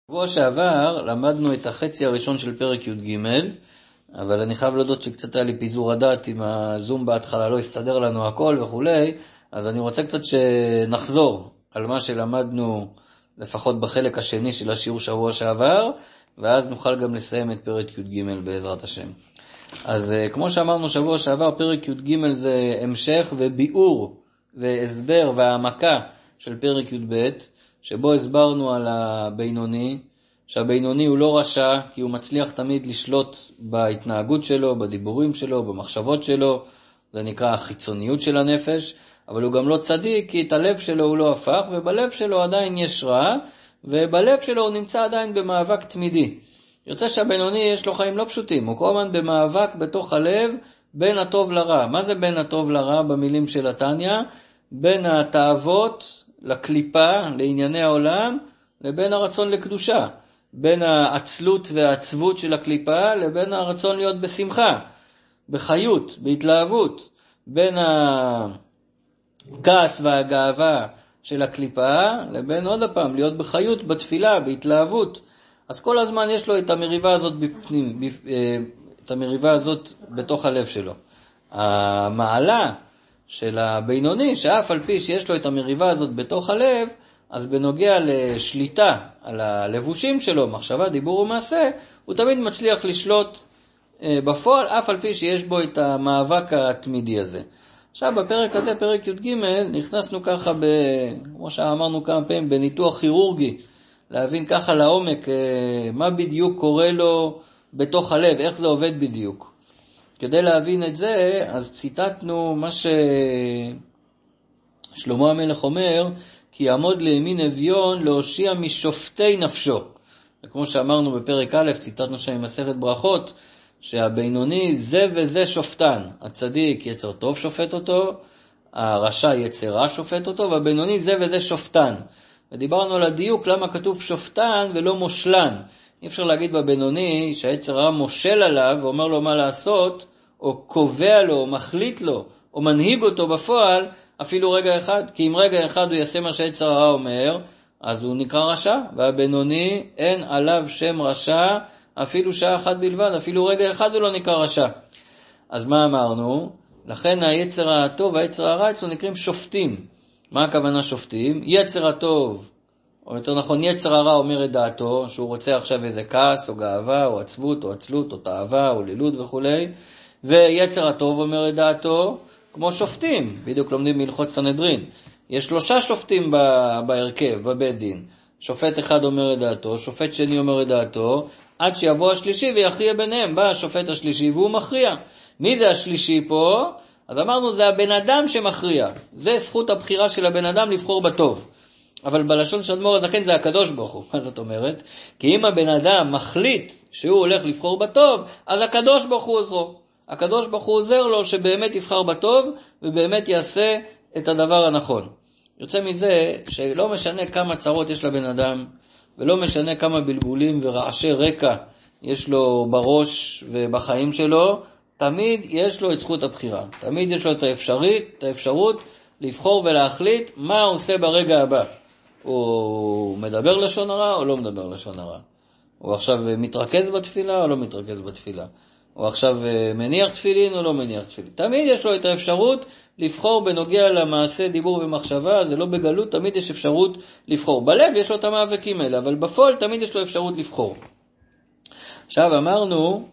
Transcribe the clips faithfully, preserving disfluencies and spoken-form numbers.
בשבוע שעבר למדנו את החצי הראשון של פרק י"ג, אבל אני חייב להודות שקצת היה לי פיזור הדעת עם הזום בהתחלה, לא הסתדר לנו הכל וכולי, אז אני רוצה קצת שנחזור על מה שלמדנו לפחות בחלק השני של השיעור שבוע שעבר, ואז נוכל גם לסיים את פרק י"ג בעזרת השם. אז כמו שאמרנו שבוע שעבר, פרק י"ג זה המשך וביאור והסבר והעמקה של פרק י"ב, שבו הסברנו על הבינוני, שהבינוני הוא לא רשע, כי הוא מצליח תמיד לשלוט בהתנהגות שלו, בדיבורים שלו, במחשבות שלו, זה נקרא החיצוניות של הנפש, אבל הוא גם לא צדיק, כי את הלב שלו הוא לא הפך, ובלב שלו עדיין יש רע, ובלב שלו הוא נמצא עדיין במאבק תמידי. יוצא שהבינוני יש לו חיים לא פשוטים, הוא כל הזמן במאבק בתוך הלב, בין הטוב לרע. מה זה בין הטוב לרע במילים של התניא? בין התאוות לקליפה, לענייני העולם, לבין הרצון לקדושה. בין העצלות והעצבות של הקליפה, לבין הרצון להיות בשמחה, בחיות, בהתלהבות. בין הכעס והגאווה של הקליפה, לבין עוד הפעם, להיות בחיות, בתפילה, בהתלהבות. אז כל הזמן יש לו את המריבה הזאת בפנים, את המריבה הזאת בתוך הלב שלו. המעלה של הבינוני, שאף על פי שיש לו את המריבה הזאת בתוך הלב, אז בנוגע לשליטה על הלבושים שלו, מחשבה, דיבור ומעשה, הוא תמיד מצליח לשלוט בפועל, אף על פי שיש בו את המאבק התמידי הזה. עכשיו בפרק הזה, פרק י"ג, נכנסנו ככה, ב, כמו שאמרנו כמה פעמים, בניתוח כירורגי, להבין ככה לעומק מה בדיוק קורה לו בתוך הלב, איך זה עובד בדיוק. כדי להבין את זה, אז ציטטנו מה ששלמה המלך אומר, כי יעמוד לימין אביון להושיע משופטי נפשו. וכמו שאמרנו בפרק א', ציטטנו שם מסכת ברכות, שהבינוני זה וזה שופטן. הצדיק יצר טוב שופט אותו, הרשע יצר רע שופט אותו, והבינוני זה וזה שופטן. ודיברנו על הדיוק למה כתוב שופטן ולא מושלן. אי אפשר להגיד בבינוני שהיצר הרע מושל עליו ואומר לו מה לעשות, או קובע לו, או מחליט לו, או מנהיג אותו בפועל, אפילו רגע אחד. כי אם רגע אחד הוא יעשה מה שהיצר הרע אומר, אז הוא נקרא רשע. והבינוני אין עליו שם רשע, אפילו שעה אחת בלבד, אפילו רגע אחד הוא לא נקרא רשע. אז מה אמרנו? לכן היצר הטוב והיצר הרע אצלו נקראים שופטים. מה הכוונה שופטים? יצר הטוב, או יותר נכון יצר הרע אומר את דעתו, שהוא רוצה עכשיו איזה כעס או גאווה או עצבות או עצלות או תאווה או לילות וכו'. ויצר הטוב אומר את דעתו, כמו שופטים, בדיוק לומדים מהלכות סנהדרין. יש שלושה שופטים בהרכב, בבית דין. שופט אחד אומר את דעתו, שופט שני אומר את דעתו, עד שיבוא השלישי ויכריע ביניהם. בא השופט השלישי והוא מכריע. מי זה השלישי פה? אז אמרנו זה הבן אדם שמכריע. זה זכות הבחירה של הבן אדם לבחור בטוב. אבל בלשון של אדמו"ר הזקן זה הקדוש ברוך הוא. מה זאת אומרת? כי אם הבן אדם מחליט שהוא הולך לבחור בטוב, אז הקדוש ברוך הוא עוזרו. הקדוש ברוך הוא עוזר לו שבאמת יבחר בטוב ובאמת יעשה את הדבר הנכון. יוצא מזה שלא משנה כמה צרות יש לבן אדם, ולא משנה כמה בלבולים ורעשי רקע יש לו בראש ובחיים שלו, תמיד יש לו את זכות הבחירה. תמיד יש לו את האפשרית, את האפשרות לבחור ולהחליט מה הוא עושה ברגע הבא. הוא מדבר לשון הרע או לא מדבר לשון הרע? הוא עכשיו מתרכז בתפילה או לא מתרכז בתפילה? הוא עכשיו מניח תפילין או לא מניח תפילין? תמיד יש לו את האפשרות לבחור בנוגע למעשה, דיבור ומחשבה, זה לא בגלות, תמיד יש אפשרות לבחור. בלב יש לו את המאבקים האלה, אבל בפועל תמיד יש לו אפשרות לבחור. עכשיו אמרנו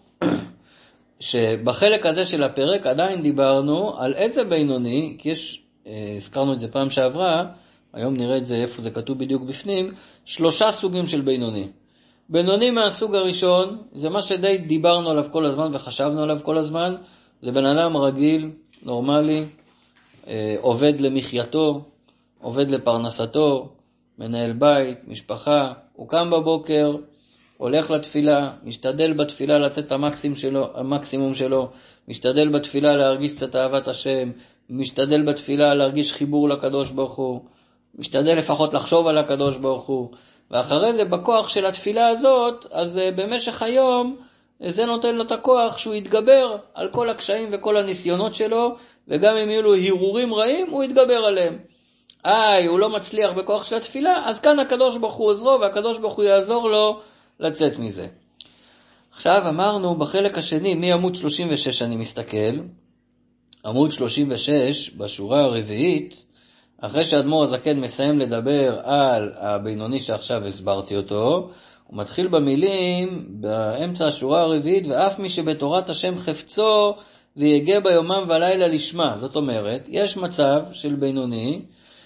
שבחלק הזה של הפרק עדיין דיברנו על איזה בינוני, כי יש, הזכרנו את זה פעם שעברה, היום נראה את זה איפה זה כתוב בדיוק בפנים, שלושה סוגים של בינוני. בינוני מהסוג הראשון, זה מה שדי דיברנו עליו כל הזמן וחשבנו עליו כל הזמן, זה בן אדם רגיל, נורמלי, עובד למחייתו, עובד לפרנסתו, מנהל בית, משפחה, הוא קם בבוקר, הולך לתפילה, משתדל בתפילה לתת את המקסימום שלו, המקסימום שלו, משתדל בתפילה להרגיש קצת אהבת השם, משתדל בתפילה להרגיש חיבור לקדוש ברוך הוא, משתדל לפחות לחשוב על הקדוש ברוך הוא, ואחרי זה בכוח של התפילה הזאת, אז במשך היום זה נותן לו את הכוח שהוא יתגבר על כל הקשיים וכל הניסיונות שלו, וגם אם יהיו לו הרהורים רעים, הוא יתגבר עליהם. איי, הוא לא מצליח בכוח של התפילה, אז כאן הקדוש ברוך הוא עוזרו, והקדוש ברוך הוא יעזור לו לצאת מזה. עכשיו אמרנו בחלק השני, מעמוד שלושים ושש אני מסתכל, עמוד שלושים ושש, בשורה הרביעית, אחרי שהאדמו"ר הזקן מסיים לדבר על הבינוני שעכשיו הסברתי אותו, הוא מתחיל במילים, באמצע השורה הרביעית, ואף מי שבתורת השם חפצו, ויגע ביומם ולילה לשמה. זאת אומרת, יש מצב של בינוני,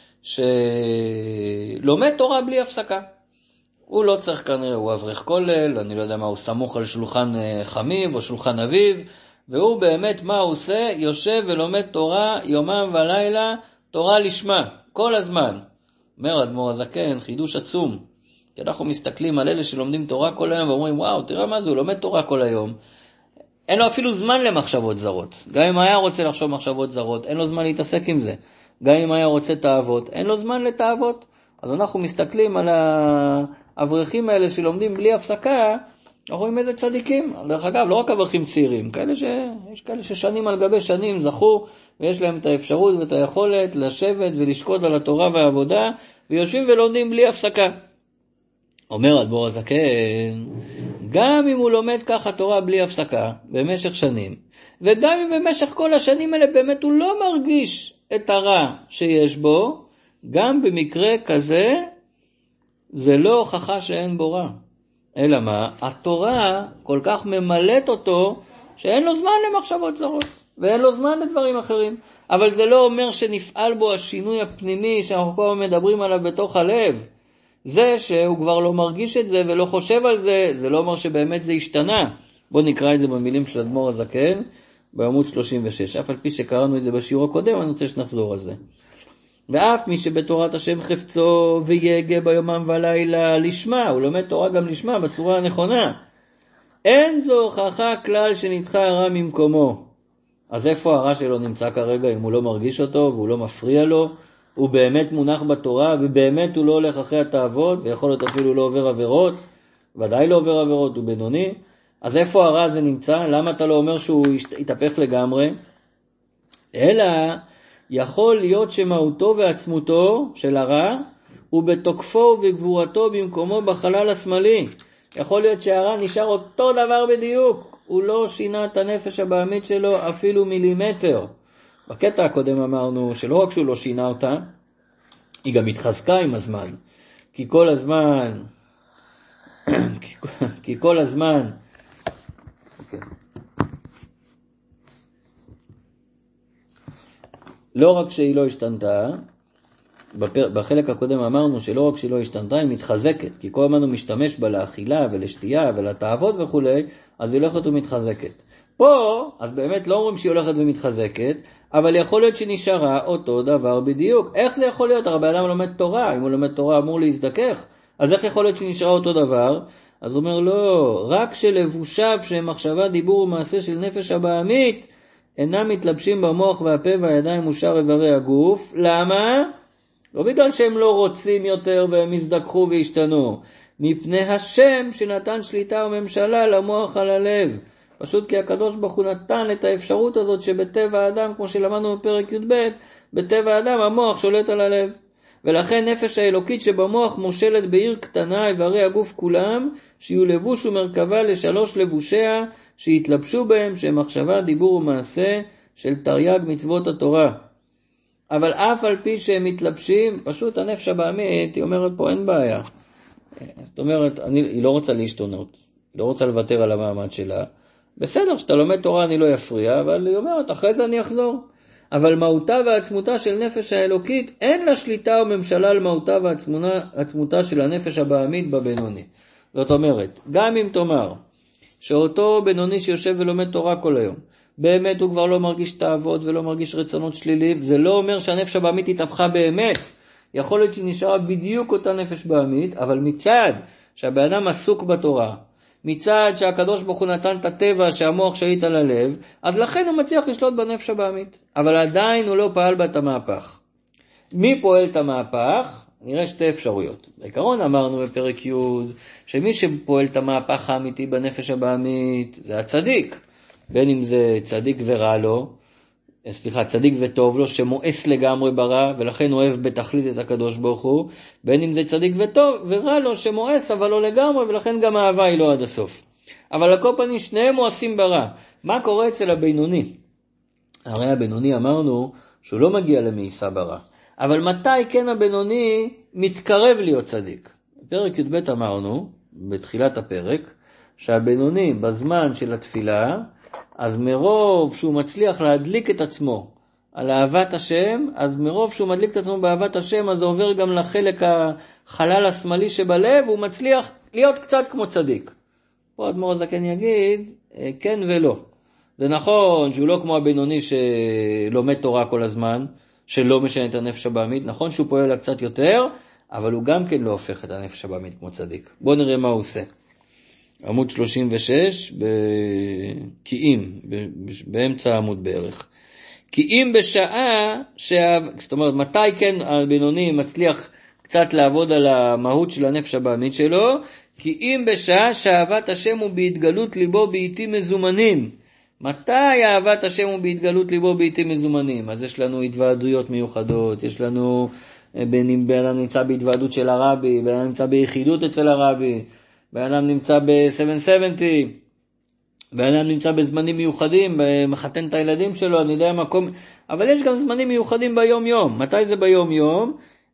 שלומד תורה בלי הפסקה. הוא לא צריך כנראה, הוא אברך כולל, אני לא יודע מה, הוא סמוך על שולחן חמיב או שולחן אביב, והוא באמת מה הוא עושה? יושב ולומד תורה יומם ולילה, תורה לשמה, כל הזמן. אומר אדמו"ר הזקן, חידוש עצום. כי אנחנו מסתכלים על אלה שלומדים תורה כל היום, ואומרים, וואו, תראה מה זה, הוא לומד תורה כל היום. אין לו אפילו זמן למחשבות זרות. גם אם היה רוצה לחשוב מחשבות זרות, אין לו זמן להתעסק עם זה. גם אם היה רוצה תאוות, אין לו זמן לתאוות. אז אנחנו מסתכלים על האברכים האלה שלומדים בלי הפסקה, אנחנו רואים איזה צדיקים. דרך אגב, לא רק אברכים צעירים, כאלה ש... יש כאלה ששנים על גבי שנים זכו, ויש להם את האפשרות ואת היכולת לשבת ולשקוד על התורה והעבודה, ויושבים ולומדים בלי הפסקה. אומר אדמו"ר הזקן, גם אם הוא לומד ככה תורה בלי הפסקה, במשך שנים, וגם אם במשך כל השנים האלה באמת הוא לא מרגיש את הרע שיש בו, גם במקרה כזה, זה לא הוכחה שאין בו רע. אלא מה? התורה כל כך ממלאת אותו, שאין לו זמן למחשבות זרות, ואין לו זמן לדברים אחרים. אבל זה לא אומר שנפעל בו השינוי הפנימי, שאנחנו כל הזמן מדברים עליו בתוך הלב. זה שהוא כבר לא מרגיש את זה ולא חושב על זה, זה לא אומר שבאמת זה השתנה. בואו נקרא את זה במילים של אדמו"ר הזקן, בעמוד שלושים ושש. אף על פי שקראנו את זה בשיעור הקודם, אני רוצה שנחזור על זה. ואף מי שבתורת השם חפצו ויגע ביומם ולילה לשמה, הוא לומד תורה גם לשמה בצורה הנכונה. אין זו הוכחה כלל שנדחה הרע ממקומו. אז איפה הרע שלו נמצא כרגע אם הוא לא מרגיש אותו והוא לא מפריע לו? הוא באמת מונח בתורה ובאמת הוא לא הולך אחרי התאוות, ויכול להיות אפילו לא עובר עבירות, ודאי לא עובר עבירות, הוא בינוני. אז איפה הרע הזה נמצא? למה אתה לא אומר שהוא יתהפך לגמרי? אלא יכול להיות שמהותו ועצמותו של הרע הוא בתוקפו ובגבורתו במקומו בחלל השמאלי. יכול להיות שהרע נשאר אותו דבר בדיוק, הוא לא שינה את הנפש הבעמית שלו אפילו מילימטר. בקטע הקודם אמרנו שלא רק שהוא לא שינה אותה, היא גם התחזקה עם הזמן. כי כל הזמן, כי כל הזמן, okay. לא רק שהיא לא השתנתה, בחלק הקודם אמרנו שלא רק שהיא לא השתנתה, היא מתחזקת. כי כל הזמן הוא משתמש בה לאכילה ולשתייה ולתאוות וכו', אז היא הולכת ומתחזקת. פה, אז באמת לא אומרים שהיא הולכת ומתחזקת, אבל יכול להיות שנשארה אותו דבר בדיוק. איך זה יכול להיות? הרי האדם לומד תורה, אם הוא לומד תורה אמור להזדכך, אז איך יכול להיות שנשארה אותו דבר? אז הוא אומר לא, רק שלבושיו שהם מחשבה, דיבור ומעשה של נפש הבעמית, אינם מתלבשים במוח והפה והידיים ושאר איברי הגוף. למה? לא בגלל שהם לא רוצים יותר והם יזדכחו וישתנו, מפני השם שנתן שליטה וממשלה למוח על הלב. פשוט כי הקדוש ברוך הוא נתן את האפשרות הזאת שבטבע האדם, כמו שלמדנו בפרק י"ב, בטבע האדם המוח שולט על הלב. ולכן נפש האלוקית שבמוח מושלת בעיר קטנה, איברי הגוף כולם, שיהיו לבוש ומרכבה לשלוש לבושיה, שיתלבשו בהם, שהם מחשבה, דיבור ומעשה, של תרי"ג מצוות התורה. אבל אף על פי שהם מתלבשים, פשוט הנפש הבעמית, היא אומרת פה אין בעיה. זאת אומרת, אני, היא לא רוצה להשתונות, היא לא רוצה לוותר על המעמד שלה. בסדר, שאתה לומד תורה אני לא יפריע, אבל היא אומרת, אחרי זה אני אחזור. אבל מהותה ועצמותה של נפש האלוקית, אין לה שליטה וממשלה על מהותה ועצמותה של הנפש הבעמית בבינוני. זאת אומרת, גם אם תאמר, שאותו בינוני שיושב ולומד תורה כל היום, באמת הוא כבר לא מרגיש תאוות ולא מרגיש רצונות שליליים, זה לא אומר שהנפש הבעמית התהפכה באמת. יכול להיות שנשארה בדיוק אותה נפש בעמית, אבל מצד שהבן אדם עסוק בתורה, מצד שהקדוש ברוך הוא נתן את הטבע שהמוח שליט על הלב, אז לכן הוא מצליח לשלוט בנפש הבעמית. אבל עדיין הוא לא פעל בה את המהפך. מי פועל את המהפך? נראה שתי אפשרויות. בעיקרון אמרנו בפרק י' שמי שפועל את המהפך האמיתי בנפש הבעמית זה הצדיק. בין אם זה צדיק ורע לו, סליחה, צדיק וטוב לו, שמואס לגמרי ברע, ולכן אוהב בתכלית את הקדוש ברוך הוא, בין אם זה צדיק וטוב, ורע לו שמואס, אבל לא לגמרי, ולכן גם האהבה היא לא עד הסוף. אבל על כל פנים, שניהם מואסים ברע. מה קורה אצל הבינוני? הרי הבינוני אמרנו שהוא לא מגיע למאיסה ברע. אבל מתי כן הבינוני מתקרב להיות צדיק? בפרק י"ב אמרנו, בתחילת הפרק, שהבינוני בזמן של התפילה, אז מרוב שהוא מצליח להדליק את עצמו על אהבת השם, אז מרוב שהוא מדליק את עצמו באהבת השם, אז זה עובר גם לחלק החלל השמאלי שבלב, והוא מצליח להיות קצת כמו צדיק. פה אדמו"ר הזקן יגיד, כן ולא. זה נכון שהוא לא כמו הבינוני שלומד תורה כל הזמן, שלא משנה את הנפש הבאמית, נכון שהוא פועל קצת יותר, אבל הוא גם כן לא הופך את הנפש הבאמית כמו צדיק. בואו נראה מה הוא עושה. עמוד שלושים ושש, בקיאים, באמצע העמוד בערך. קיאים בשעה, שה... זאת אומרת, מתי כן הבינוני מצליח קצת לעבוד על המהות של הנפש הבאמית שלו? קיאים בשעה שאהבת השם הוא בהתגלות ליבו בעיתים מזומנים. מתי אהבת השם הוא בהתגלות ליבו בעיתים מזומנים? אז יש לנו התוועדויות מיוחדות, יש לנו, בין אדם נמצא בהתוועדות של הרבי, בין אדם נמצא ביחידות אצל הרבי, בין אדם נמצא ב-שבע שבעים, בין אדם נמצא בזמנים מיוחדים, מחתן את הילדים שלו, אני יודע מקום, אבל יש גם זמנים מיוחדים ביום יום. מתי זה ביום יום?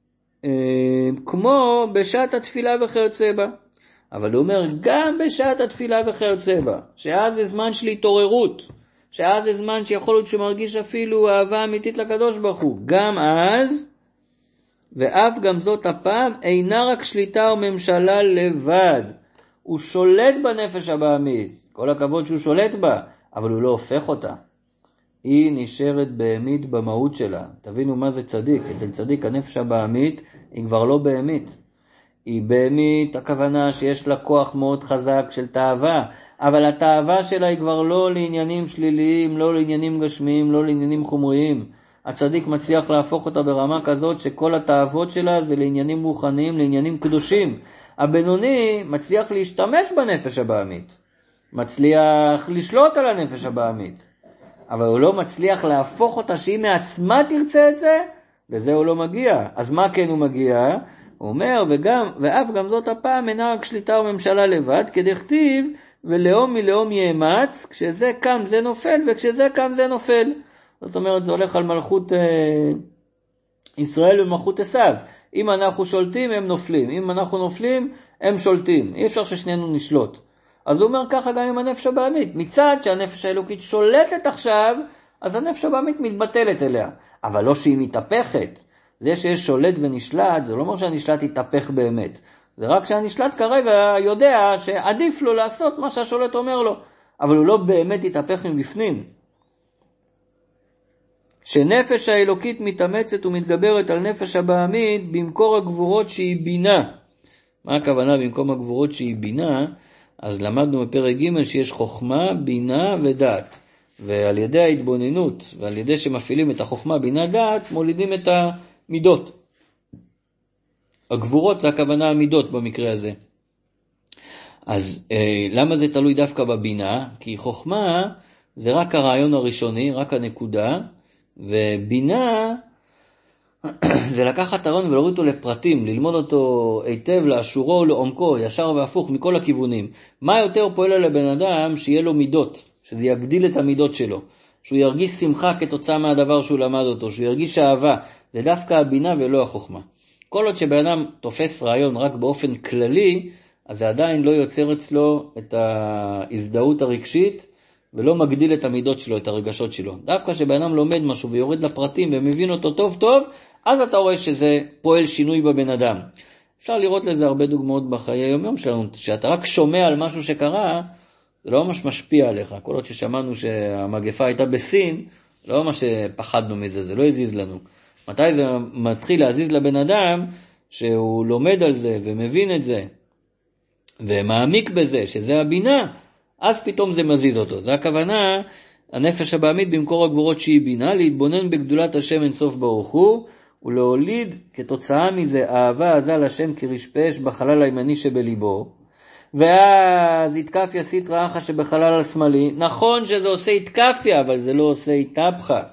כמו בשעת התפילה וכיוצא בה. אבל הוא אומר, גם בשעת התפילה וכיוצא בה, שאז זה זמן של התעוררות, שאז זה זמן שיכול להיות שמרגיש אפילו אהבה אמיתית לקדוש ברוך הוא, גם אז, ואף גם זאת הפעם, אינה רק שליטה וממשלה לבד, הוא שולט בנפש הבאמית, כל הכבוד שהוא שולט בה, אבל הוא לא הופך אותה. היא נשארת בהמית במהות שלה. תבינו מה זה צדיק. אצל צדיק הנפש הבאמית היא כבר לא בהמית. היא בהמית, הכוונה שיש לה כוח מאוד חזק של תאווה, אבל התאווה שלה היא כבר לא לעניינים שליליים, לא לעניינים גשמיים, לא לעניינים חומריים. הצדיק מצליח להפוך אותה ברמה כזאת שכל התאוות שלה זה לעניינים רוחניים, לעניינים קדושים. הבינוני מצליח להשתמש בנפש הבאמית, מצליח לשלוט על הנפש הבאמית, אבל הוא לא מצליח להפוך אותה שהיא מעצמה תרצה את זה, לזה הוא לא מגיע. אז מה כן הוא מגיע? הוא אומר, וגם, ואף גם זאת הפעם אינה רק שליטה וממשלה לבד, כדכתיב, ולאום מלאום יאמץ, כשזה קם זה נופל, וכשזה קם זה נופל. זאת אומרת, זה הולך על מלכות אה, ישראל ומלכות עשיו. אם אנחנו שולטים, הם נופלים. אם אנחנו נופלים, הם שולטים. אי אפשר ששנינו נשלוט. אז הוא אומר ככה גם עם הנפש הבאמית. מצד שהנפש האלוקית שולטת עכשיו, אז הנפש הבאמית מתבטלת אליה. אבל לא שהיא מתהפכת. זה שיש שולט ונשלט, זה לא אומר שהנשלט יתהפך באמת. זה רק שהנשלט כרגע יודע שעדיף לו לעשות מה שהשולט אומר לו. אבל הוא לא באמת יתהפך מבפנים. שנפש האלוקית מתאמצת ומתגברת על נפש הבאמית במקור הגבורות שהיא בינה. מה הכוונה במקום הגבורות שהיא בינה? אז למדנו בפרק ג' שיש חוכמה, בינה ודעת. ועל ידי ההתבוננות ועל ידי שמפעילים את החוכמה, בינה, דעת, מולידים את המידות. הגבורות זה הכוונה המידות במקרה הזה. אז אה, למה זה תלוי דווקא בבינה? כי חוכמה זה רק הרעיון הראשוני, רק הנקודה, ובינה זה לקחת הרעיון ולהוריד אותו לפרטים, ללמוד אותו היטב, לאשורו, לעומקו, ישר והפוך מכל הכיוונים. מה יותר פועל על הבן אדם? שיהיה לו מידות, שזה יגדיל את המידות שלו, שהוא ירגיש שמחה כתוצאה מהדבר שהוא למד אותו, שהוא ירגיש אהבה. זה דווקא הבינה ולא החוכמה. כל עוד שבן אדם תופס רעיון רק באופן כללי, אז זה עדיין לא יוצר אצלו את ההזדהות הרגשית, ולא מגדיל את המידות שלו, את הרגשות שלו. דווקא שבן אדם לומד משהו ויורד לפרטים ומבין אותו טוב טוב, אז אתה רואה שזה פועל שינוי בבן אדם. אפשר לראות לזה הרבה דוגמאות בחיי היום יום שלנו, שאתה רק שומע על משהו שקרה, זה לא ממש משפיע עליך. כל עוד ששמענו שהמגפה הייתה בסין, לא ממש פחדנו מזה, זה לא הזיז לנו. מתי זה מתחיל להזיז לבן אדם, שהוא לומד על זה ומבין את זה, ומעמיק בזה, שזה הבינה, אז פתאום זה מזיז אותו. זה הכוונה, הנפש הבאמית במקור הגבורות שהיא בינה, להתבונן בגדולת השם אין סוף ברוך הוא, ולהוליד כתוצאה מזה אהבה עזה לשם כרשפש בחלל הימני שבליבו, ואז התקפיה סטרא אחא שבחלל השמאלי. נכון שזה עושה התקפיה, אבל זה לא עושה התהפכה.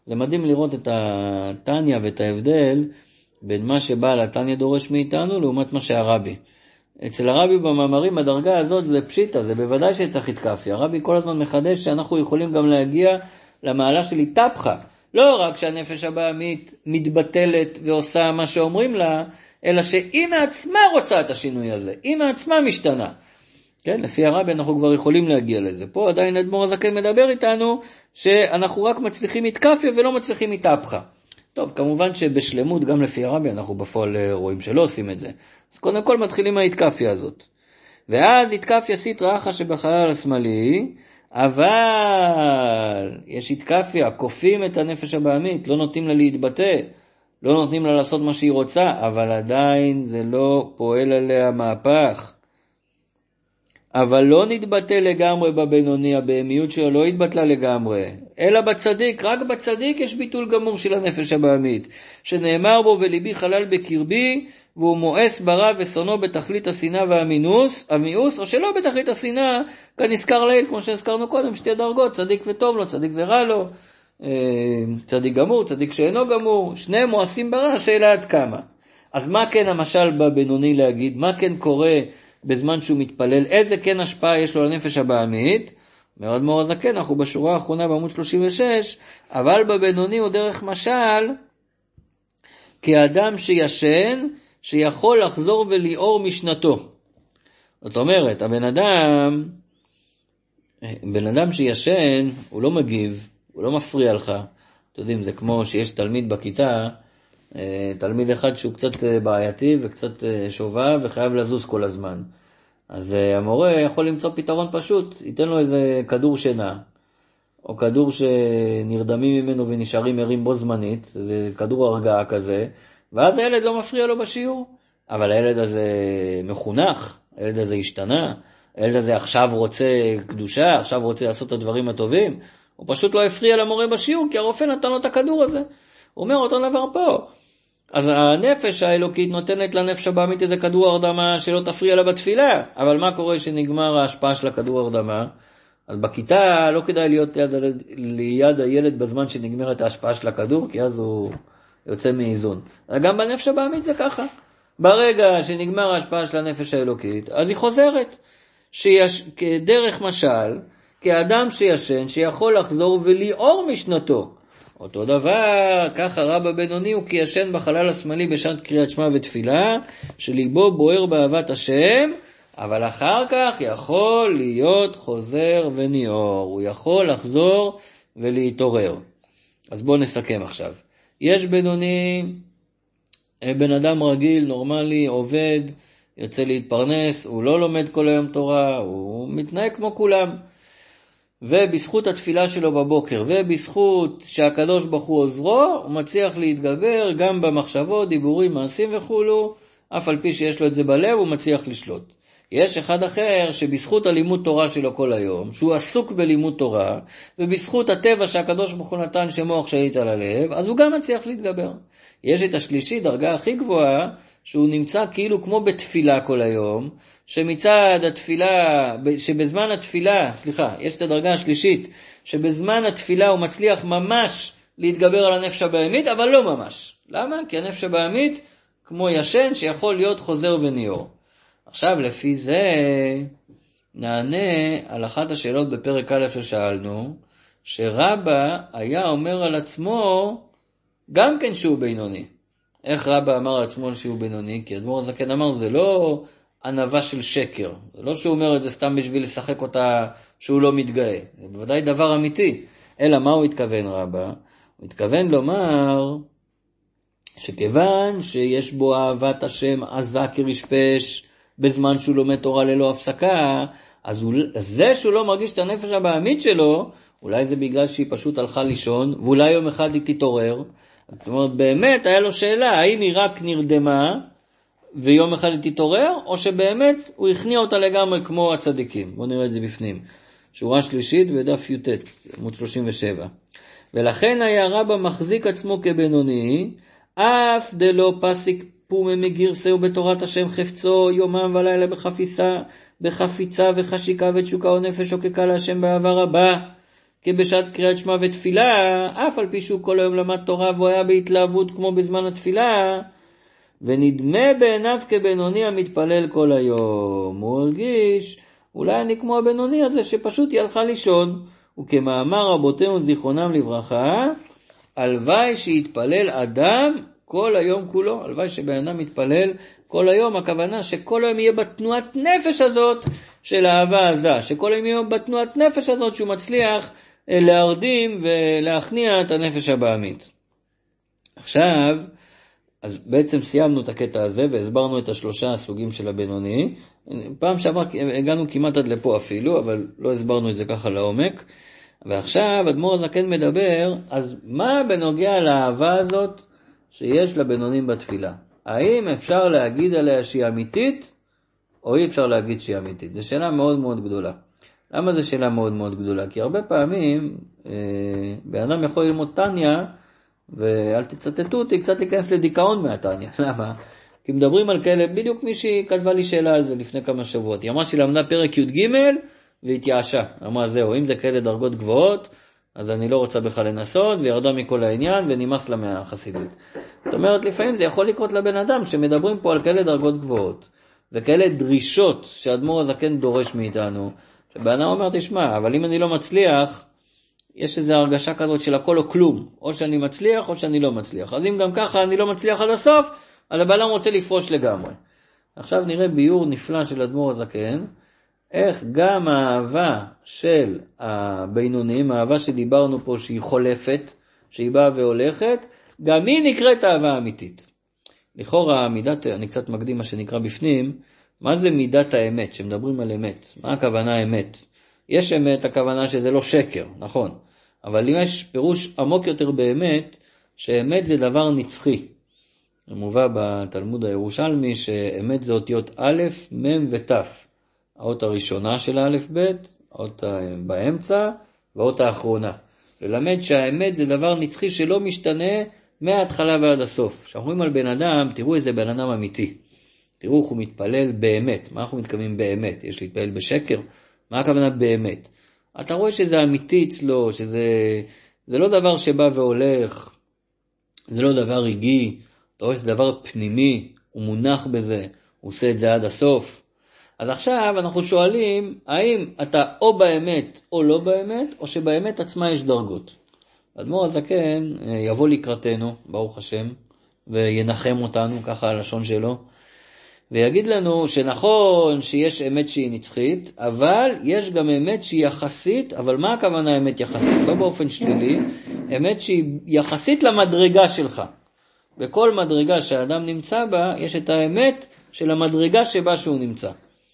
זה מדהים לראות את התניה ואת ההבדל בין מה שבעל התניה דורש מאיתנו לעומת מה שהרבי. אצל הרבי במאמרים הדרגה הזאת זה פשיטה, זה בוודאי שצריך התקפיה. הרבי כל הזמן מחדש שאנחנו יכולים גם להגיע למעלה של התהפכה. לא רק שהנפש הבהמית מתבטלת ועושה מה שאומרים לה, אלא שהיא מעצמה רוצה את השינוי הזה, היא מעצמה משתנה. כן, לפי הרבי אנחנו כבר יכולים להגיע לזה. פה עדיין אדמו"ר הזקן מדבר איתנו שאנחנו רק מצליחים התקפיה ולא מצליחים התהפכה. טוב, כמובן שבשלמות גם לפי הרבי אנחנו בפועל רואים שלא עושים את זה. אז קודם כל מתחילים ההתקפיה הזאת. ואז התקפיה סיטרא אחא שבחלל השמאלי, אבל יש התקפיה, כופים את הנפש הבהמית, לא נותנים לה להתבטא, לא נותנים לה לעשות מה שהיא רוצה, אבל עדיין זה לא פועל עליה מהפך. אבל לא נתבטא לגמרי בבינוני, הבהמיות שלו לא התבטלה לגמרי, אלא בצדיק, רק בצדיק יש ביטול גמור של הנפש הבהמית, שנאמר בו וליבי חלל בקרבי, והוא מואס ברע ושונאו בתכלית השנאה והמינוס, המיאוס, או שלא בתכלית השנאה, כנזכר לעיל, כמו שהזכרנו קודם, שתי דרגות, צדיק וטוב לו, צדיק ורע לו, צדיק גמור, צדיק שאינו גמור, שניהם מואסים ברע, שאלה עד כמה. אז מה כן המשל בבינוני להגיד, מה כן קורה בזמן שהוא מתפלל, איזה כן השפעה יש לו לנפש הבהמית? מאוד מאוד זקן, אנחנו בשורה האחרונה בעמוד שלושים ושש, אבל בבינוני הוא דרך משל, כאדם שישן, שיכול לחזור וליאור משנתו. זאת אומרת, הבן אדם, בן אדם שישן, הוא לא מגיב, הוא לא מפריע לך. אתם יודעים, זה כמו שיש תלמיד בכיתה, תלמיד אחד שהוא קצת בעייתי וקצת שובב וחייב לזוז כל הזמן. אז המורה יכול למצוא פתרון פשוט, ייתן לו איזה כדור שינה, או כדור שנרדמים ממנו ונשארים ערים בו זמנית, זה כדור הרגעה כזה, ואז הילד לא מפריע לו בשיעור. אבל הילד הזה מחונך, הילד הזה השתנה, הילד הזה עכשיו רוצה קדושה, עכשיו רוצה לעשות את הדברים הטובים, הוא פשוט לא הפריע למורה בשיעור, כי הרופא נתן לו את הכדור הזה. הוא אומר אותו דבר פה. אז הנפש האלוקית נותנת לנפש הבהמית איזה כדור הרדמה שלא תפריע לה בתפילה, אבל מה קורה שנגמר ההשפעה של הכדור הרדמה? אז בכיתה לא כדאי להיות ליד, ליד הילד בזמן שנגמרת ההשפעה של הכדור, כי אז הוא יוצא מאיזון. גם בנפש הבהמית זה ככה. ברגע שנגמר ההשפעה של הנפש האלוקית, אז היא חוזרת. שיש, כדרך משל, כאדם שישן, שיכול לחזור וליאור משנתו. אותו דבר, ככה רב הבינוני הוא כי ישן בחלל השמאלי בשעת קריאת שמע ותפילה, שליבו בוער באהבת השם, אבל אחר כך יכול להיות חוזר וניאור. הוא יכול לחזור ולהתעורר. אז בואו נסכם עכשיו. יש בינוני, בן אדם רגיל, נורמלי, עובד, יוצא להתפרנס, הוא לא לומד כל היום תורה, הוא מתנהג כמו כולם. ובזכות התפילה שלו בבוקר, ובזכות שהקדוש ברוך הוא עוזרו, הוא מצליח להתגבר גם במחשבות, דיבורים, מעשים וכולו, אף על פי שיש לו את זה בלב, הוא מצליח לשלוט. יש אחד אחר שבזכות הלימוד תורה שלו כל היום, שהוא עסוק בלימוד תורה, ובזכות הטבע שהקדוש ברוך הוא נתן שמוח שהיית על הלב, אז הוא גם מצליח להתגבר. יש את השלישי, דרגה הכי גבוהה, שהוא נמצא כאילו כמו בתפילה כל היום, שמצד התפילה, שבזמן התפילה, סליחה, יש את הדרגה השלישית, שבזמן התפילה הוא מצליח ממש להתגבר על הנפש הבהמית, אבל לא ממש. למה? כי הנפש הבהמית כמו ישן שיכול להיות חוזר וניאור. עכשיו לפי זה נענה על אחת השאלות בפרק א' ששאלנו, שרבא היה אומר על עצמו גם כן שהוא בינוני. איך רבא אמר על עצמו שהוא בינוני? כי אדמו"ר הזקן אמר זה לא ענווה של שקר, זה לא שהוא אומר את זה סתם בשביל לשחק אותה שהוא לא מתגאה, זה בוודאי דבר אמיתי. אלא מה הוא התכוון רבא? הוא התכוון לומר שכיוון שיש בו אהבת השם עזה כרשפש בזמן שהוא לומד תורה ללא הפסקה, אז הוא, זה שהוא לא מרגיש את הנפש הבהמית שלו, אולי זה בגלל שהיא פשוט הלכה לישון, ואולי יום אחד היא תתעורר. זאת אומרת, באמת היה לו שאלה, האם היא רק נרדמה ויום אחד היא תתעורר, או שבאמת הוא הכניע אותה לגמרי כמו הצדיקים. בואו נראה את זה בפנים. שורה שלישית ודף י"ט, עמוד שלושים ושבע. ולכן היה רבא מחזיק עצמו כבינוני, אף דלא פסיק פומי מגירסהו בתורת השם חפצו יומם ולילה בחפיצה, בחפיצה וחשיקה ותשוקה ונפש שוקקה להשם באהבה רבה. כבשעת קריאת שמע ותפילה, אף על פי שהוא כל היום למד תורה והוא היה בהתלהבות כמו בזמן התפילה, ונדמה בעיניו כבינוני המתפלל כל היום. הוא הרגיש, אולי אני כמו הבינוני הזה שפשוט ילכה לישון, וכמאמר רבותינו זיכרונם לברכה, הלוואי שיתפלל אדם כל היום כולו, הלוואי שבן אדם מתפלל כל היום, הכוונה שכל היום יהיה בתנועת נפש הזאת של האהבה עזה, שכל היום יהיה בתנועת נפש הזאת שהוא מצליח להרדים ולהכניע את הנפש הבאמית. עכשיו, אז בעצם סיימנו את הקטע הזה והסברנו את השלושה הסוגים של הבינוני. פעם שעבר הגענו כמעט עד לפה אפילו, אבל לא הסברנו את זה ככה לעומק. ועכשיו אדמו"ר הזקן מדבר, אז מה בנוגע לאהבה הזאת שיש לבינונים בתפילה? האם אפשר להגיד עליה שהיא אמיתית, או אי אפשר להגיד שהיא אמיתית? זו שאלה מאוד מאוד גדולה. למה זו שאלה מאוד מאוד גדולה? כי הרבה פעמים אה, בן אדם יכול ללמוד תניה, ואל תצטטו אותי, קצת להיכנס לדיכאון מהתניה. למה? כי מדברים על כאלה, בדיוק מישהי כתבה לי שאלה על זה לפני כמה שבועות. היא אמרה שהיא למדה פרק י' ג' והתייאשה. אמרה זהו, אם זה כאלה דרגות גבוהות, אז אני לא רוצה בכלל לנסות, וירדה מכל העניין ונמאס לה מהחסידות. זאת אומרת, לפעמים זה יכול לקרות לבן אדם שמדברים פה על כאלה דרגות גבוהות, וכאלה דרישות שאדמו"ר הזקן דורש מאיתנו, שבן אדם אומר, תשמע, אבל אם אני לא מצליח, יש איזו הרגשה כזאת של הכל או כלום, או שאני מצליח או שאני לא מצליח. אז אם גם ככה אני לא מצליח עד הסוף, אז הבן אדם רוצה לפרוש לגמרי. עכשיו נראה ביור נפלא של אדמו"ר הזקן, איך גם האהבה של הבינונים, האהבה שדיברנו פה שהיא חולפת, שהיא באה והולכת, גם היא נקראת אהבה אמיתית. לכאורה מידת, אני קצת מקדים מה שנקרא בפנים, מה זה מידת האמת, שמדברים על אמת? מה הכוונה אמת? יש אמת, הכוונה שזה לא שקר, נכון. אבל אם יש פירוש עמוק יותר באמת, שאמת זה דבר נצחי. זה מובא בתלמוד הירושלמי שאמת זה אותיות א', מ' ות'. האות הראשונה של א' ב', האות באמצע, והאות האחרונה. ללמד שהאמת זה דבר נצחי שלא משתנה מההתחלה ועד הסוף. כשאנחנו רואים על בן אדם, תראו איזה בן אדם אמיתי. תראו איך הוא מתפלל באמת. מה אנחנו מתכוונים באמת? יש להתפלל בשקר? מה הכוונה באמת? אתה רואה שזה אמיתי אצלו, שזה זה לא דבר שבא והולך, זה לא דבר רגעי, אתה רואה שזה דבר פנימי, הוא מונח בזה, הוא עושה את זה עד הסוף. אז עכשיו אנחנו שואלים, האם אתה או באמת או לא באמת, או שבאמת עצמה יש דרגות. אדמו"ר הזקן יבוא לקראתנו, ברוך השם, וינחם אותנו, ככה הלשון שלו, ויגיד לנו שנכון שיש אמת שהיא נצחית, אבל יש גם אמת שהיא יחסית, אבל מה הכוונה אמת יחסית? לא באופן שלילי, אמת שהיא יחסית למדרגה שלך. בכל מדרגה שהאדם נמצא בה, יש את האמת של המדרגה שבה שהוא נמצא.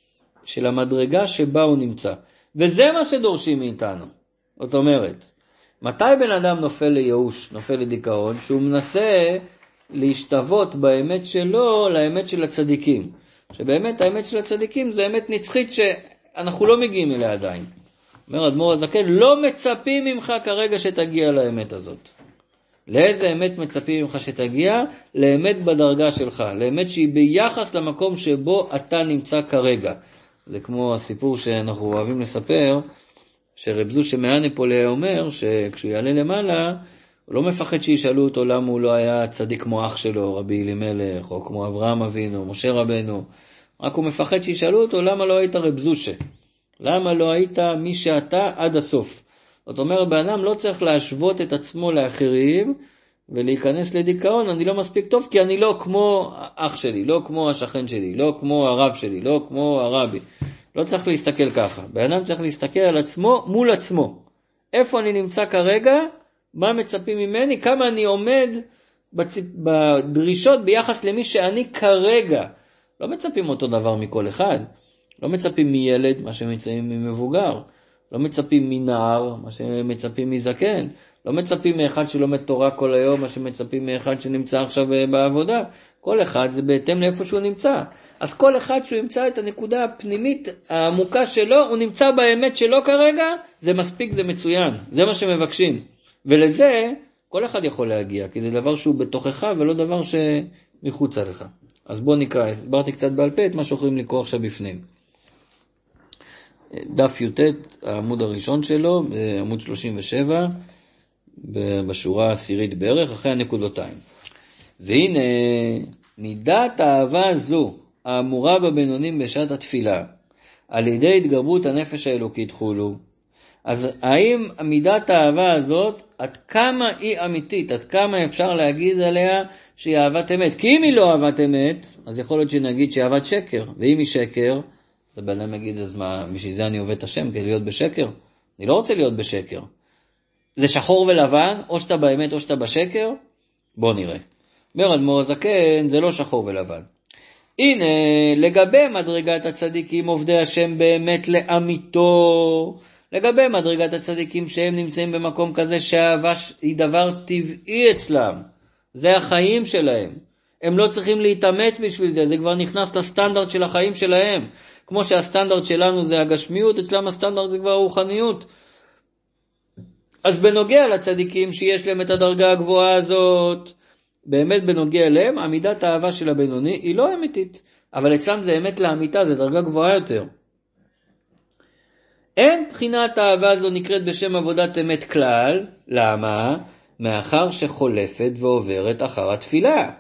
של המדרגה שבה הוא נמצא. וזה מה שדורשים מאיתנו. זאת אומרת, מתי בן אדם נופל לייאוש, נופל לדיכאון? שהוא מנסה להשתוות באמת שלו לאמת של הצדיקים. שבאמת האמת של הצדיקים זה אמת נצחית שאנחנו לא מגיעים אליה עדיין. אומר אדמו"ר הזקן, לא מצפים ממך כרגע שתגיע לאמת הזאת. לאיזה אמת מצפים ממך שתגיע? לאמת בדרגה שלך, לאמת שהיא ביחס למקום שבו אתה נמצא כרגע. זה כמו הסיפור שאנחנו אוהבים לספר, שרב זושה מאנפולי אומר שכשהוא יעלה למעלה, הוא לא מפחד שישאלו אותו למה הוא לא היה צדיק כמו אח שלו, רבי אלימלך, או כמו אברהם אבינו, משה רבנו. רק הוא מפחד שישאלו אותו למה לא היית רב זושה. למה לא היית מי שאתה עד הסוף. זאת אומרת, באדם לא צריך להשוות את עצמו לאחרים, ולהיכנס לדיכאון, אני לא מספיק טוב, כי אני לא כמו אח שלי, לא כמו השכן שלי, לא כמו הרב שלי, לא כמו הרבי. לא צריך להסתכל ככה. באדם צריך להסתכל על עצמו מול עצמו. איפה אני נמצא כרגע? מה מצפים ממני? כמה אני עומד בציפ... בדרישות ביחס למי שאני כרגע. לא מצפים אותו דבר מכל אחד. לא מצפים מילד, מה שמצפים ממבוגר. לא מצפים מנער, מה שמצפים מזקן. לא מצפים מאחד שלומד תורה כל היום, מה שמצפים מאחד שנמצא עכשיו בעבודה. כל אחד זה בהתאם לאיפה שהוא נמצא. אז כל אחד שהוא ימצא את הנקודה הפנימית העמוקה שלו, הוא נמצא באמת שלו כרגע, זה מספיק, זה מצוין. זה מה שמבקשים. ולזה כל אחד יכול להגיע, כי זה דבר שהוא בתוכך ולא דבר שמחוץ עליך. אז בוא נקרא, הסברתי קצת בעל פה את מה שאוכלים לקרוא עכשיו בפנים. דף י"ט, העמוד הראשון שלו, עמוד שלושים ושבע, בשורה העשירית בערך, אחרי הנקודותיים. והנה, מידת האהבה זו, האמורה בבינונים בשעת התפילה, על ידי התגברות הנפש האלוקית חולו. אז האם מידת האהבה הזאת, עד כמה היא אמיתית, עד כמה אפשר להגיד עליה שהיא אהבת אמת? כי אם היא לא אהבת אמת, אז יכול להיות שנגיד שהיא אהבת שקר, ואם היא שקר, אז בן אדם יגיד, אז מה, בשביל זה אני עובד את השם, כדי להיות בשקר? אני לא רוצה להיות בשקר. זה שחור ולבן, או שאתה באמת או שאתה בשקר? בוא נראה. אומר אדמו"ר הזקן, זה לא שחור ולבן. הנה, לגבי מדרגת הצדיקים עובדי השם באמת לאמיתו, לגבי מדרגת הצדיקים שהם נמצאים במקום כזה שהאהבה היא דבר טבעי אצלם, זה החיים שלהם, הם לא צריכים להתאמץ בשביל זה, זה כבר נכנס לסטנדרט של החיים שלהם, כמו שהסטנדרט שלנו זה הגשמיות, אצלם הסטנדרט זה כבר הרוחניות. אז בנוגע לצדיקים שיש להם את הדרגה הגבוהה הזאת, באמת בנוגע אליהם, עמידת האהבה של הבינוני היא לא אמיתית, אבל אצלם זה אמת לאמיתה, זה דרגה גבוהה יותר. אין בחינת האהבה הזו נקראת בשם עבודת אמת כלל, למה? מאחר שחולפת ועוברת אחר התפילה.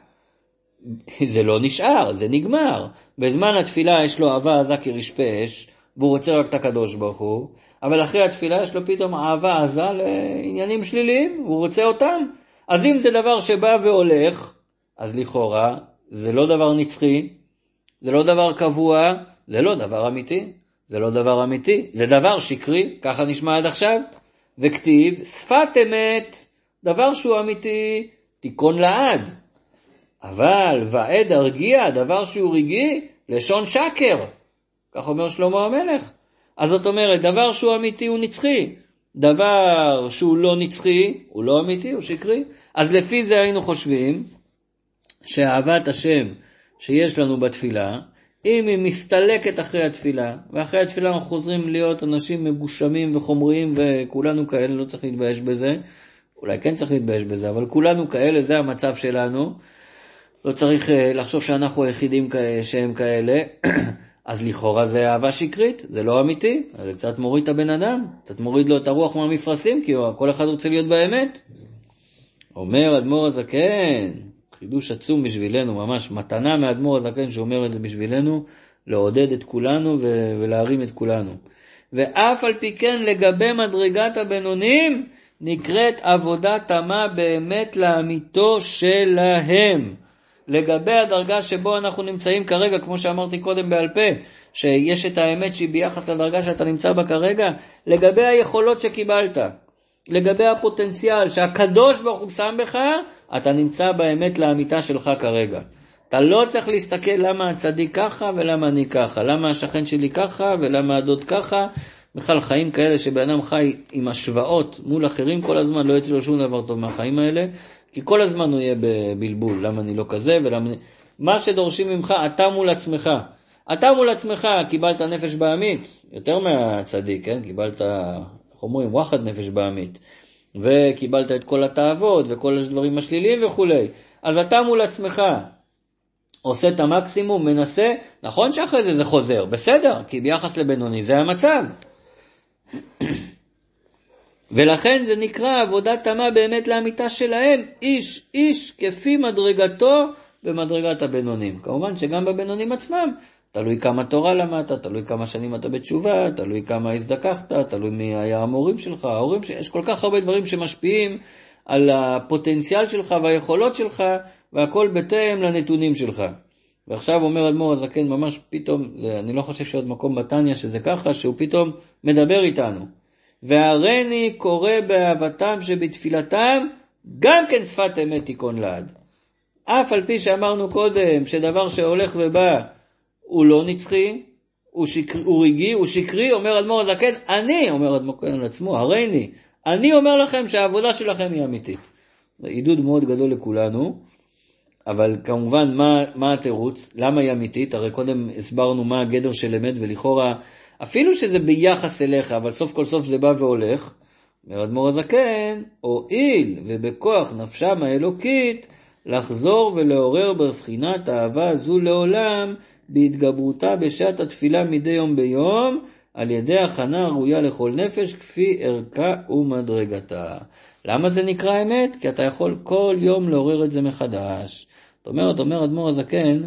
זה לא נשאר, זה נגמר. בזמן התפילה יש לו אהבה עזה כרשפש, והוא רוצה רק את הקדוש ברוך הוא, אבל אחרי התפילה יש לו פתאום אהבה עזה לעניינים שליליים, הוא רוצה אותם. אז אם זה דבר שבא והולך, אז לכאורה זה לא דבר נצחי, זה לא דבר קבוע, זה לא דבר אמיתי. זה לא דבר אמיתי, זה דבר שקרי, ככה נשמע עד עכשיו, וכתיב, שפת אמת, דבר שהוא אמיתי, תיקון לעד. אבל ועד הרגיע, דבר שהוא רגעי, לשון שקר. כך אומר שלמה המלך. אז זאת אומרת, דבר שהוא אמיתי הוא נצחי, דבר שהוא לא נצחי, הוא לא אמיתי, הוא שקרי. אז לפי זה היינו חושבים, שאהבת השם שיש לנו בתפילה, אם היא מסתלקת אחרי התפילה, ואחרי התפילה אנחנו חוזרים להיות אנשים מגושמים וחומריים, וכולנו כאלה, לא צריך להתבייש בזה, אולי כן צריך להתבייש בזה, אבל כולנו כאלה, זה המצב שלנו, לא צריך לחשוב שאנחנו היחידים שהם כאלה, אז לכאורה זה אהבה שקרית, זה לא אמיתי, אז זה קצת מוריד את הבן אדם, קצת מוריד לו את הרוח מהמפרשים, כי כל אחד רוצה להיות באמת. אומר אדמו"ר הזקן, חידוש עצום בשבילנו, ממש מתנה מאדמו"ר הזקן שאומר את זה בשבילנו, לעודד את כולנו ו- ולהרים את כולנו. ואף על פי כן לגבי מדרגת הבינונים, נקראת עבודה תמה באמת לאמיתו שלהם. לגבי הדרגה שבו אנחנו נמצאים כרגע, כמו שאמרתי קודם בעל פה, שיש את האמת שהיא ביחס לדרגה שאתה נמצא בה כרגע, לגבי היכולות שקיבלת, לגבי הפוטנציאל שהקדוש ברוך הוא שם בך, אתה נמצא באמת לאמיתה שלך כרגע. אתה לא צריך להסתכל למה הצדיק ככה ולמה אני ככה, למה השכן שלי ככה ולמה הדוד ככה, בכלל חיים כאלה שבן אדם חי עם השוואות מול אחרים כל הזמן, לא יצא לו שום דבר טוב מהחיים האלה, כי כל הזמן הוא יהיה בבלבול, למה אני לא כזה ולמה אני... מה שדורשים ממך, אתה מול עצמך. אתה מול עצמך קיבלת נפש בעמית, יותר מהצדיק, כן? קיבלת, איך אומרים, וואחד נפש בעמית. וקיבלת את כל התאוות וכל הדברים השליליים וכו'. אז אתה מול עצמך עושה את המקסימום, מנסה, נכון שאחרי זה זה חוזר, בסדר, כי ביחס לבינוני זה המצב. ולכן זה נקרא עבודה תמה באמת לאמיתה שלהם, איש איש כפי מדרגתו במדרגת הבינונים. כמובן שגם בבינונים עצמם, תלוי כמה תורה למדת, תלוי כמה שנים אתה בתשובה, תלוי כמה הזדקחת, תלוי מי היה המורים שלך, ההורים, יש כל כך הרבה דברים שמשפיעים על הפוטנציאל שלך והיכולות שלך, והכל בהתאם לנתונים שלך. ועכשיו אומר אדמו"ר הזקן ממש פתאום, זה, אני לא חושב שעוד מקום בתניא שזה ככה, שהוא פתאום מדבר איתנו. והרני קורא באהבתם שבתפילתם, גם כן שפת אמת תיקון לעד. אף על פי שאמרנו קודם, שדבר שהולך ובא, הוא לא נצחי, הוא, שקר, הוא רגעי, הוא שקרי, אומר אדמו"ר הזקן, אני, אומר אדמו"ר הזקן על עצמו, הרני, אני אומר לכם שהעבודה שלכם היא אמיתית. זה עידוד מאוד גדול לכולנו, אבל כמובן מה, מה התירוץ? למה היא אמיתית? הרי קודם הסברנו מה הגדר של אמת, ולכאורה, אפילו שזה ביחס אליך, אבל סוף כל סוף זה בא והולך, אומר אדמו"ר הזקן, הואיל ובכוח נפשם האלוקית, לחזור ולעורר בבחינת האהבה הזו לעולם, בהתגברותה בשעת התפילה מדי יום ביום, על ידי הכנה ראויה לכל נפש כפי ערכה ומדרגתה. למה זה נקרא אמת? כי אתה יכול כל יום לעורר את זה מחדש. זאת אומרת, אומר אדמו"ר הזקן,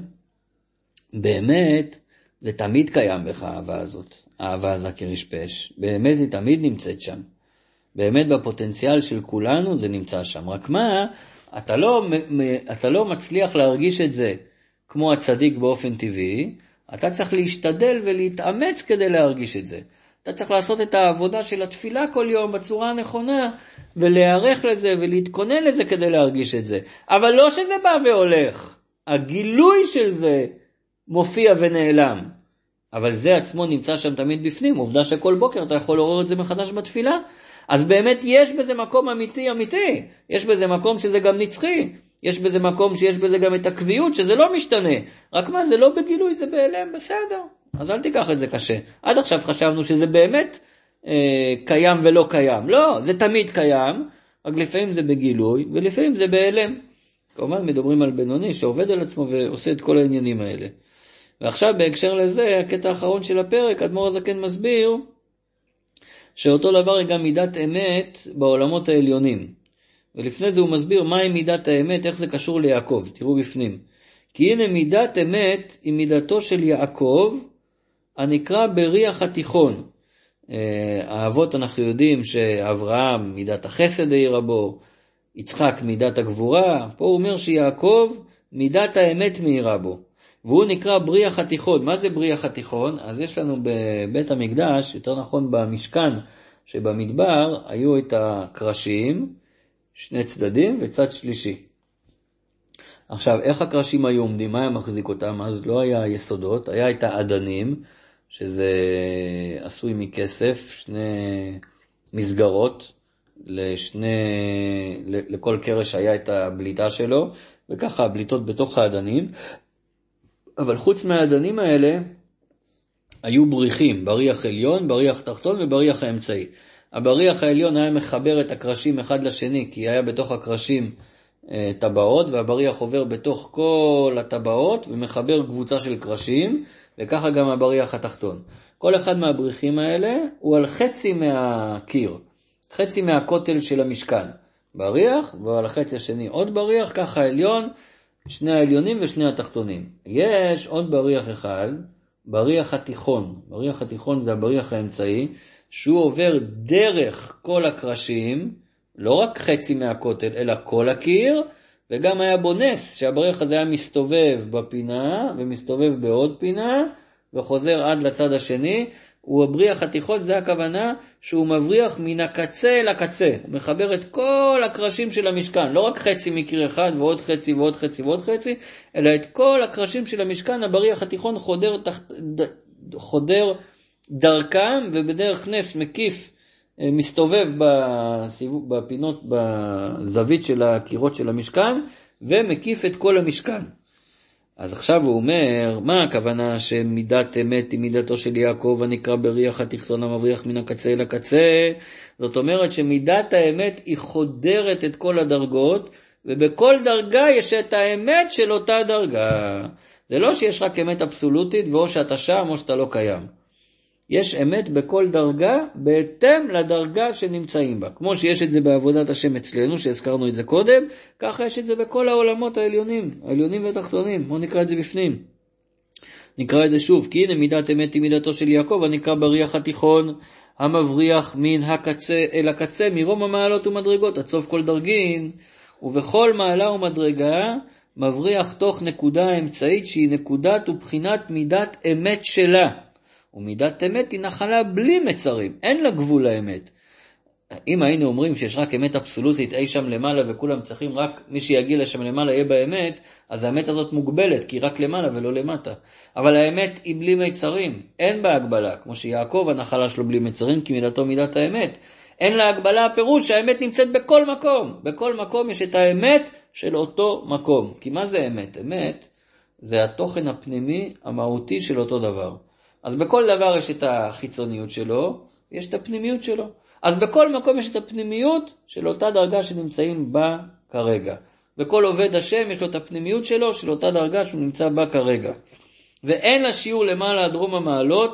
באמת זה תמיד קיים בך האהבה הזאת, האהבה הזה כרשפש. באמת היא תמיד נמצאת שם. באמת בפוטנציאל של כולנו זה נמצא שם. רק מה, אתה לא, אתה לא מצליח להרגיש את זה כמו הצדיק באופן טבעי, אתה צריך להשתדל ולהתאמץ כדי להרגיש את זה. אתה צריך לעשות את העבודה של התפילה כל יום בצורה הנכונה, ולהיערך לזה ולהתכונן לזה כדי להרגיש את זה. אבל לא שזה בא והולך. הגילוי של זה מופיע ונעלם. אבל זה עצמו נמצא שם תמיד בפנים. עובדה שכל בוקר אתה יכול לעורר את זה מחדש בתפילה. אז באמת יש בזה מקום אמיתי אמיתי. יש בזה מקום שזה גם נצחי. יש בזה מקום שיש בזה גם את הקביעות, שזה לא משתנה. רק מה, זה לא בגילוי, זה בהיעלם, בסדר. אז אל תיקח את זה קשה. עד עכשיו חשבנו שזה באמת אה, קיים ולא קיים. לא, זה תמיד קיים, רק לפעמים זה בגילוי, ולפעמים זה בהיעלם. כמובן מדברים על בינוני שעובד על עצמו ועושה את כל העניינים האלה. ועכשיו בהקשר לזה, הקטע האחרון של הפרק, אדמו"ר הזקן מסביר, שאותו דבר היא גם מידת אמת בעולמות העליונים. ולפני זה הוא מסביר מהי מידת האמת, איך זה קשור ליעקב. תראו בפנים. כי הנה מידת אמת היא מידתו של יעקב, הנקרא בריח התיכון. האבות אנחנו יודעים שאברהם מידת החסד העירה בו, יצחק מידת הגבורה, פה הוא אומר שיעקב מידת האמת מעירה בו. והוא נקרא בריח התיכון. מה זה בריח התיכון? אז יש לנו בבית המקדש, יותר נכון במשכן שבמדבר, היו את הקרשים, שני צדדים וצד שלישי. עכשיו, איך הקרשים היו עומדים? מה היה מחזיק אותם? אז לא היה יסודות, היה את העדנים, שזה עשוי מכסף, שני מסגרות, לשני, לכל קרש היה את הבליטה שלו, וככה הבליטות בתוך העדנים. אבל חוץ מהעדנים האלה, היו בריחים, בריח עליון, בריח תחתון ובריח האמצעי. הבריח העליון היה מחבר את הקרשים אחד לשני, כי היה בתוך הקרשים אה, טבעות, והבריח עובר בתוך כל הטבעות, ומחבר קבוצה של קרשים, וככה גם הבריח התחתון. כל אחד מהבריחים האלה הוא על חצי מהקיר, חצי מהכותל של המשכן. בריח, ועל החצי השני עוד בריח, ככה העליון, שני העליונים ושני התחתונים. יש עוד בריח אחד, בריח התיכון. בריח התיכון זה הבריח האמצעי, שהוא עובר דרך כל הקרשים, לא רק חצי מהכותל, אלא כל הקיר, וגם היה בו נס, שהבריח הזה היה מסתובב בפינה, ומסתובב בעוד פינה, וחוזר עד לצד השני. הוא הבריח התיכון, זה הכוונה שהוא מבריח מן הקצה אל הקצה. הוא מחבר את כל הקרשים של המשכן, לא רק חצי מקיר אחד, ועוד חצי ועוד חצי ועוד חצי, אלא את כל הקרשים של המשכן, הבריח התיכון חודר, תחת, חודר דרכם, ובדרך נס מקיף, מסתובב בסיבוב, בפינות, בזווית של הקירות של המשכן, ומקיף את כל המשכן. אז עכשיו הוא אומר, מה הכוונה שמידת אמת היא מידתו של יעקב הנקרא בריח התחתון המבריח מן הקצה אל הקצה? זאת אומרת שמידת האמת היא חודרת את כל הדרגות, ובכל דרגה יש את האמת של אותה דרגה. זה לא שיש רק אמת אבסולוטית, ואו שאתה שם או שאתה לא קיים. יש אמת בכל דרגה, בהתאם לדרגה שנמצאים בה. כמו שיש את זה בעבודת השם אצלנו, שהזכרנו את זה קודם, ככה יש את זה בכל העולמות העליונים, העליונים והתחתונים. בואו נקרא את זה בפנים. נקרא את זה שוב, כי הנה מידת אמת היא מידתו של יעקב, הנקרא בריח התיכון, המבריח מן הקצה אל הקצה, מרום המעלות ומדרגות, עד סוף כל דרגין, ובכל מעלה ומדרגה, מבריח תוך נקודה אמצעית, שהיא נקודת ובחינת מידת אמת שלה. ומידת אמת היא נחלה בלי מצרים, אין לה גבול לאמת. אם היינו אומרים שיש רק אמת אבסולוטית אי שם למעלה וכולם צריכים רק מי שיגיע לשם למעלה יהיה באמת, אז האמת הזאת מוגבלת, כי רק למעלה ולא למטה. אבל האמת היא בלי מצרים, אין בה הגבלה, כמו שיעקב הנחלה שלו בלי מצרים, כי מידתו מידת האמת. אין לה הגבלה, הפירוש שהאמת נמצאת בכל מקום. בכל מקום יש את האמת של אותו מקום. כי מה זה אמת? אמת זה התוכן הפנימי המהותי של אותו דבר. אז בכל דבר יש את החיצוניות שלו, יש את הפנימיות שלו. אז בכל מקום יש את הפנימיות של אותה דרגה שנמצאים בה כרגע. בכל עובד השם יש לו את הפנימיות שלו, של אותה דרגה שהוא נמצא בה כרגע. ואין לה שיעור למעלה עד רום המעלות,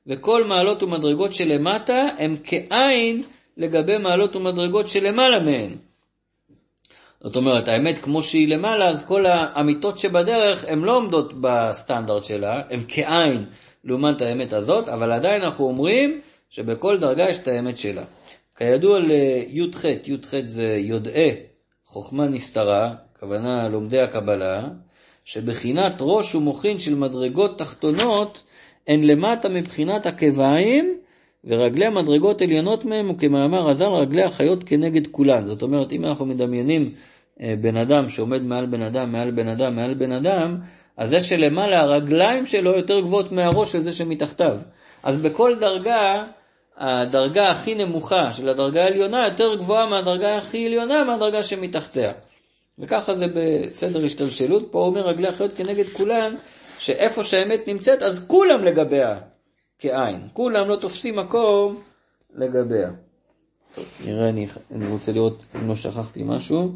וכל מעלות ומדרגות שלמטה הם כעין לגבי מעלות ומדרגות שלמעלה מהן. זאת אומרת, האמת כמו שהיא למעלה, אז כל האמיתות שבדרך הן לא עומדות בסטנדרט שלה, הן כעין לעומת האמת הזאת, אבל עדיין אנחנו אומרים שבכל דרגה יש את האמת שלה. כידוע לי"ח, י"ח זה יודעי חוכמה נסתרה, כוונה לומדי הקבלה, שבחינת ראש ומוחין של מדרגות תחתונות הן למטה מבחינת הכביים, ורגלי המדרגות עליונות מהם, וכמאמר הז"ל, רגלי החיות כנגד כולן. זאת אומרת, אם אנחנו מדמיינים בן אדם שעומד מעל בן אדם, מעל בן אדם, מעל בן אדם, אז זה שלמעלה הרגליים שלו יותר גבוהות מהראש של זה שמתחתיו. אז בכל דרגה, הדרגה הכי נמוכה של הדרגה העליונה יותר גבוהה מהדרגה הכי עליונה מהדרגה שמתחתיה. וככה זה בסדר השתלשלות. פה אומר רגלי החיות כנגד כולן, שאיפה שהאמת נמצאת, אז כולם לגביה כעין. כולם לא תופסים מקום לגביה. טוב, נראה, אני, אני רוצה לראות אם לא שכחתי משהו.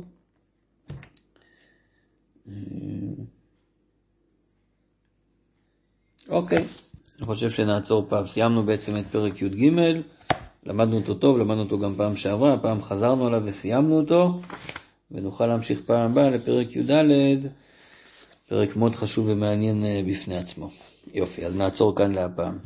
אוקיי, אני חושב שנעצור פעם. סיימנו בעצם את פרק י"ג, למדנו אותו טוב, למדנו אותו גם פעם שעברה, פעם חזרנו עליו וסיימנו אותו, ונוכל להמשיך פעם הבאה לפרק י"ד, פרק מאוד חשוב ומעניין בפני עצמו. יופי, אז נעצור כאן להפעם.